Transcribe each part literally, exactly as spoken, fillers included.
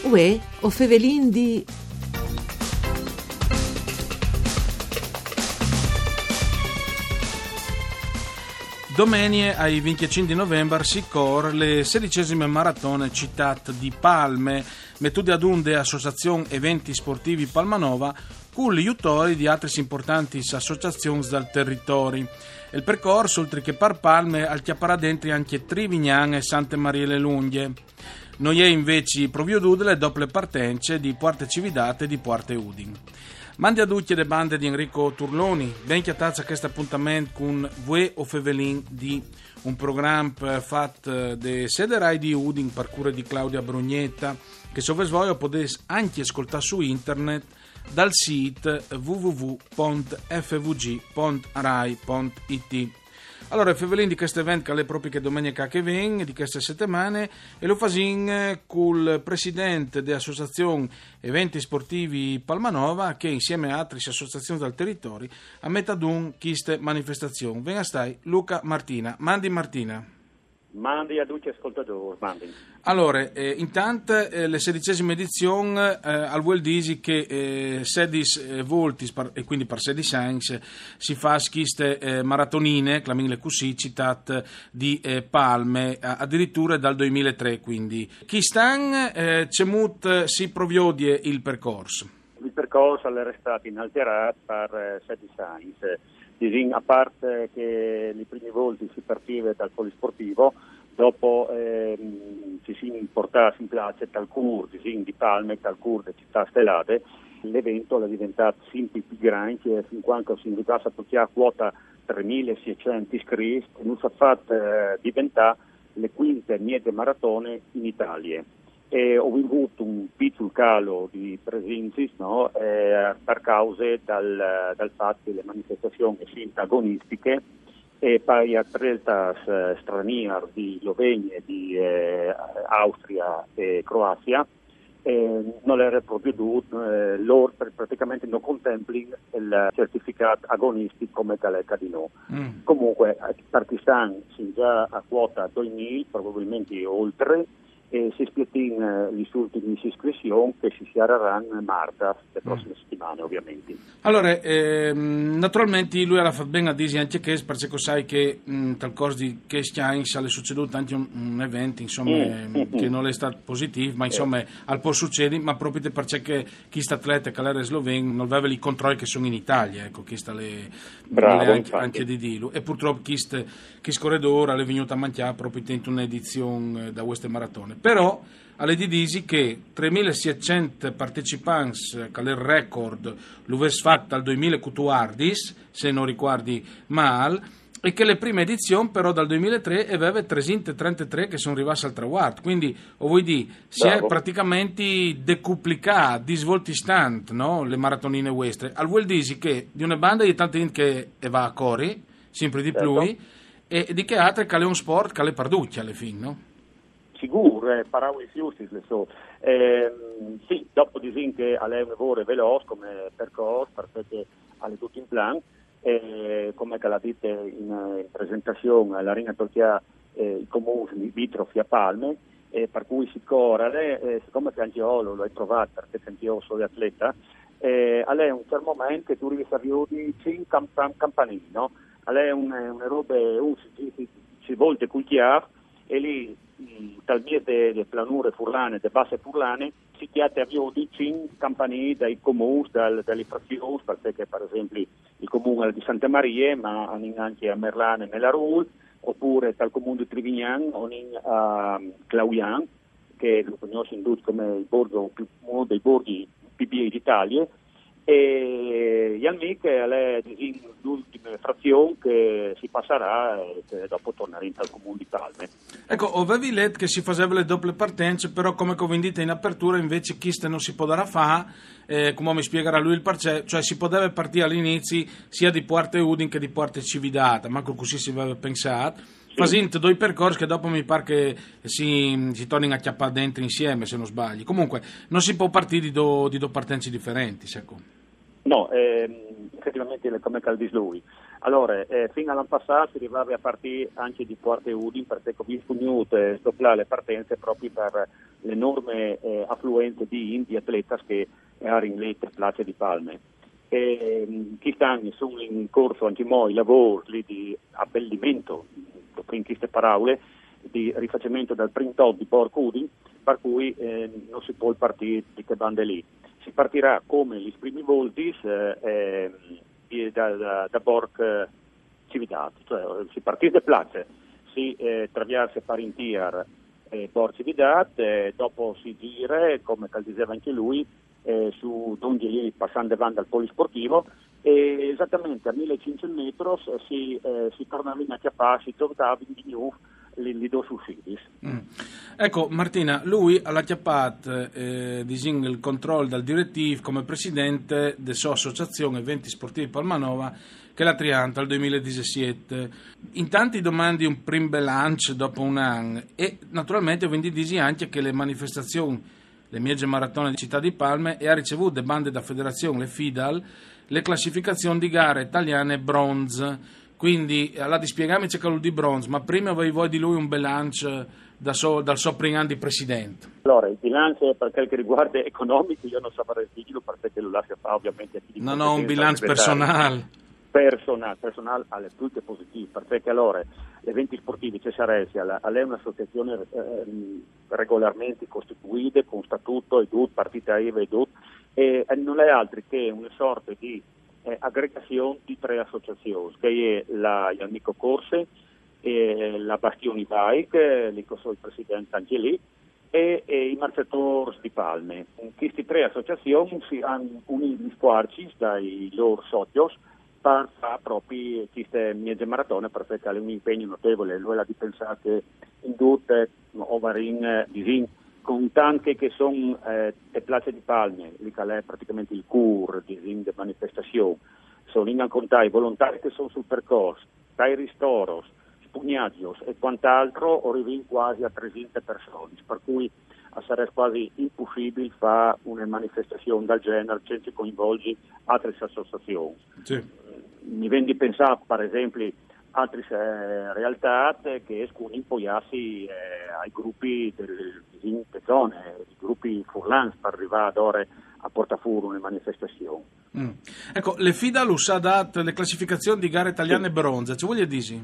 Uè, o Fevelin di... Domenie ai venticinque di novembre si cor le sedicesime maratone città di Palme, mettute ad unde associazione eventi sportivi Palmanova, con gli autori di altre importanti associazioni dal territorio. Il percorso, oltre che per Palme, al chiapparà dentro anche Trivignan e Sante Marie le Lunghe. Noi è invece provveduto le doppie partenze di Puarte Cividate e di Puarte Udin. Mandi a tutte le bande di Enrico Turloni, ben chiatazza questo appuntamento con Vue o Fevelin di un programma fatto da sede Rai di Udin per cura di Claudia Brugnetta, che se voi potete anche ascoltare su internet dal sito w w w punto f v g punto rai punto i t. Allora, Fevelin di questo evento che è proprio che domenica che viene, di queste settimane, e lo fasin col presidente dell'associazione Eventi Sportivi Palmanova, che insieme a altre associazioni del territorio ha messo ad un queste manifestazioni. Venga stai, Luca Martina. Mandi Martina. Mandi a tutti gli ascoltatori, mandi. Allora, eh, intanto eh, le sedicesime edizione eh, al vuol dire che eh, sedis eh, volti e quindi per sedis anni si fa schiste eh, maratonine, clamine così, citate di eh, Palme, addirittura dal duemilatré, quindi. Chi stan eh, cemut si proviodie il percorso? Il percorso è stato inalterato per eh, sedis anni. A parte che le prime volte si partiva dal polisportivo, dopo ehm, ci si portava in piazza dal Cur, di Palme, dal Cur di città stellate, l'evento è diventato sempre più grande, fin quando si è arrivato a toccare quota tremilaseicento iscritti, e non si è fatto eh, diventare le quinte niente maratone in Italia. E ho avuto un piccolo calo di presenze, no? eh, per causa dal, dal fatto che le manifestazioni sono antagonistiche e poi a trenta stranieri di Slovenia, di eh, Austria e Croazia eh, non era proprio dovuto, eh, loro praticamente non contemplano il certificato agonistico come tale di noi. Mm. Comunque i partigiani sono già a quota duemila, probabilmente oltre, e si splittin gli ultimi iscrizioni che si saranno a marzo, le prossime mm. settimane ovviamente. Allora, ehm, naturalmente lui ha fatto bene a dire anche che, perché sai che mh, tal cosa di che stiamo è succeduto anche un, un evento insomma, mm. eh, che non è stato positivo, ma insomma eh. al può succedere, ma proprio perché chi sta atleta che era sloveno non aveva i controlli che sono in Italia, ecco, chi sta le, Bravo, le anche, anche di Dilu, e purtroppo chi sta chi scorredora è venuto a mangiare proprio in un'edizione da queste maratone. Però alle disi che tremilaseicento partecipanti, che è il record, lo avesse fatto dal duemilaquattordici, se non ricordi male, e che le prime edizioni però dal duemilatré aveva trecentotrentatré che sono arrivati al traguardo, quindi o vuoi dire si Bravo. È praticamente decuplicato, di svolti stand, no? Le maratonine westre, al vuol dire che di una banda di tante gente che va a Cori, sempre di certo. più, e di che altre che è un sport che le parducce alle fine, no? Sicuro, eh, paravo i fiusti, so. eh, sì, dopo di che è un lavoro veloce come percorso, perché è tutto in plan, eh, come l'ha detto in, in presentazione alla Ringa Torchia, eh, il comune di Vitrofi a Palme, eh, per cui si corre, eh, siccome che Angiolo lo hai trovato perché sentivo solo atleta, eh, è un certo momento che tu arrivi a di cinque camp- campanili, no? È una un roba, un, si, si, si volte coltivare, e lì dal mie delle planure furlane, delle basse furlane, si chiede avvio di cinque campanili dai comuni, dal, dalle frazioni, perché per esempio il comune di Santa Maria, ma anche a Merlane e Melarul, oppure dal comune di Trivignan o a Clauian, che lo conoscono tutti come il borgo, uno dei borghi più bei d'Italia, e Yannick è l'ultima frazione che si passerà e che dopo tornerà al comune di Palme. Ecco, avevi letto che si faceva le doppie partenze, però come convendite in apertura invece chiste non si potrà fare, eh, come mi spiegherà lui il parcè, cioè si poteva partire all'inizio sia di Puarte Udin che di Puarte Cividate, manco così si aveva pensato. Sì. Facendo due percorsi che dopo mi pare che si, si tornino a chiappare dentro insieme, se non sbagli. Comunque non si può partire di due do partenze differenti, ecco. No, ehm, effettivamente come Caldis lui. Allora, eh, fino all'anno passato si arrivava a partire anche di Puarte Udin, perché ho visto eh, le partenze proprio per l'enorme eh, affluenza di, di atleti che hanno in lette Place di Palme. E, quest'anno sono in corso anche moi lavori di abbellimento, in queste parole, di rifacimento del print di Borcudi, per cui eh, non si può partire di che bande lì. Si partirà come gli primi volti eh, eh, da, da, da Borc Civitat, cioè si partì da Place, si eh, traversa Parintiar e Borc Civitat, eh, dopo si gira, come diceva anche lui, eh, su Dongeli passando davanti al polisportivo, e esattamente a millecinquecento metri si, eh, si tornava in acchiappare, si tornava in di nuovo l'Ido su Sidis. Mm. Ecco Martina, lui ha acchiappato eh, il controllo dal direttivo come presidente della sua associazione Eventi Sportivi Palmanova che la Trianta al duemiladiciassette. In tanti domandi un prim bilancio dopo un anno e naturalmente quindi dici anche che le manifestazioni, le Miege Maratone di Città di Palme e ha ricevuto le bande da federazione, le FIDAL, le classificazioni di gare italiane bronze. Quindi, alla dispiegami c'è quello di bronzo, ma prima avevi voi di lui un bilancio da so, dal suo primo anno di presidente. Allora, il bilancio per quel che riguarda economico, io non saprei dirlo perché lo lascia fare ovviamente a chi di No, no, un bilancio personale. Personale, personale alle tutte positive, perché allora gli eventi sportivi c'è Saresi, è un'associazione eh, regolarmente costituita con statuto e tutto, partita I V A e tutto, e non è altro che una sorta di Eh, aggregazione di tre associazioni, che è la Iannico Corse, eh, la Bastioni Bike, lì che sono il presidente anche lì, e, e i Marciatori di Palme. Queste tre associazioni si hanno unito gli sforzi dai loro soci per fare proprio queste Miege Maratone, perché è un impegno notevole. Lui ha di pensare che in tutte, Ovarin, Disin, con tanti che sono eh, le Place di Palme, lì che è praticamente il cur di de manifestazione, sono in contai i volontari che sono sul percorso, dai ristoros, spugnagios e quant'altro, arriviamo quasi a trecento persone, per cui sarebbe quasi impossibile fare una manifestazione del genere senza coinvolgere altre associazioni. Sì. Mi viene di pensare, per esempio, altre eh, realtà che escono impoggiarsi eh, ai gruppi del zone, i gruppi furlans per arrivare ad ore a portafuro una manifestazione. Mm. Ecco, le FIDAL ha dato le classificazioni di gare italiane sì. Bronze, ci voglio dire?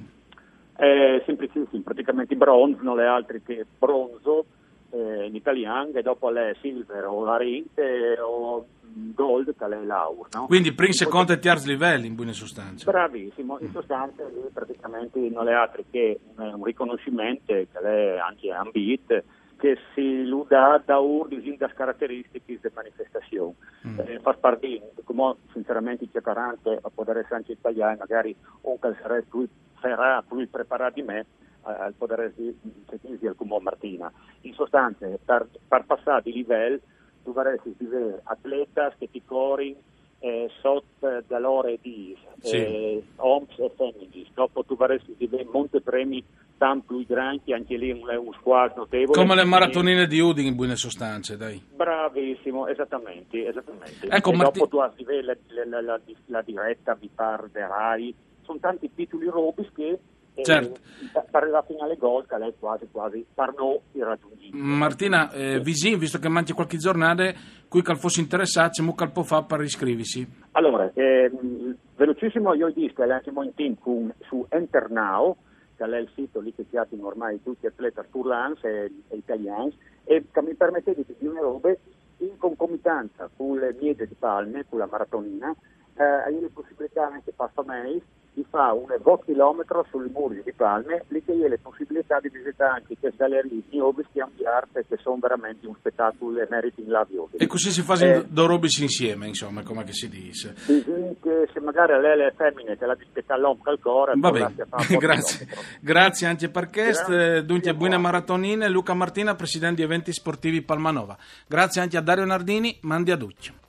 Eh, semplicissimo, praticamente i bronze non le altre che bronzo eh, in italiano e dopo le silver o la rete o gold che è l'aur, no? Quindi primo, secondo e terzo livello in buona sostanza. Bravissimo, in sostanza lì praticamente non è altro che un, un riconoscimento che è anche ambit che si luda da ordini da caratteristiche delle manifestazioni. Mm. Eh, fa parte di, come sinceramente c'è quaranta a poter essere anche italiano, magari un che sarà più, sarà più preparato di me al poter essere come Martina. In sostanza, per, per passare di livello tu vorresti vedere atleti che ti corrono eh, sotto dall'ore di sì. eh, Oms e Femminis, dopo tu vorresti vedere monte premi tanto più grandi, anche lì un, un squadro notevole. Come le maratonine di Udine in buone sostanze, dai. Bravissimo, esattamente, esattamente. Ecco, e Marti... dopo tu hai di vedere la, la, la, la diretta, mi pare, Rai, sono tanti piccoli robis che certo. Eh, per la finale gol che lei quasi quasi per noi irraggiungibile. Martina, eh, Visin, visto che mangi qualche giornata, qui che fosse interessato, c'è mucca può fare per iscriversi? Allora, eh, velocissimo, io ho visto che anche in team con, su Internao, che è il sito lì che chiamano ormai tutti gli atleti furlans e, e italiani, e che mi permette di dire una roba in concomitanza con le Miege di Palme, con la maratonina, eh, hai la possibilità anche per me di fare un venti chilometri sui muri di Palme, lì che hai le possibilità di visitare anche queste gallerie di obis di arte che sono veramente un spettacolo e meriti in labio. E così si fa eh, due robis insieme, insomma, come che si dice. Che se magari a lei le femmine te la dispetta l'uomo al cuore, va bene, grazie. Grazie anche per questo, dunque buone maratonine. Luca Martina, presidente di Eventi Sportivi Palmanova. Grazie anche a Dario Nardini, mandi a Duccio.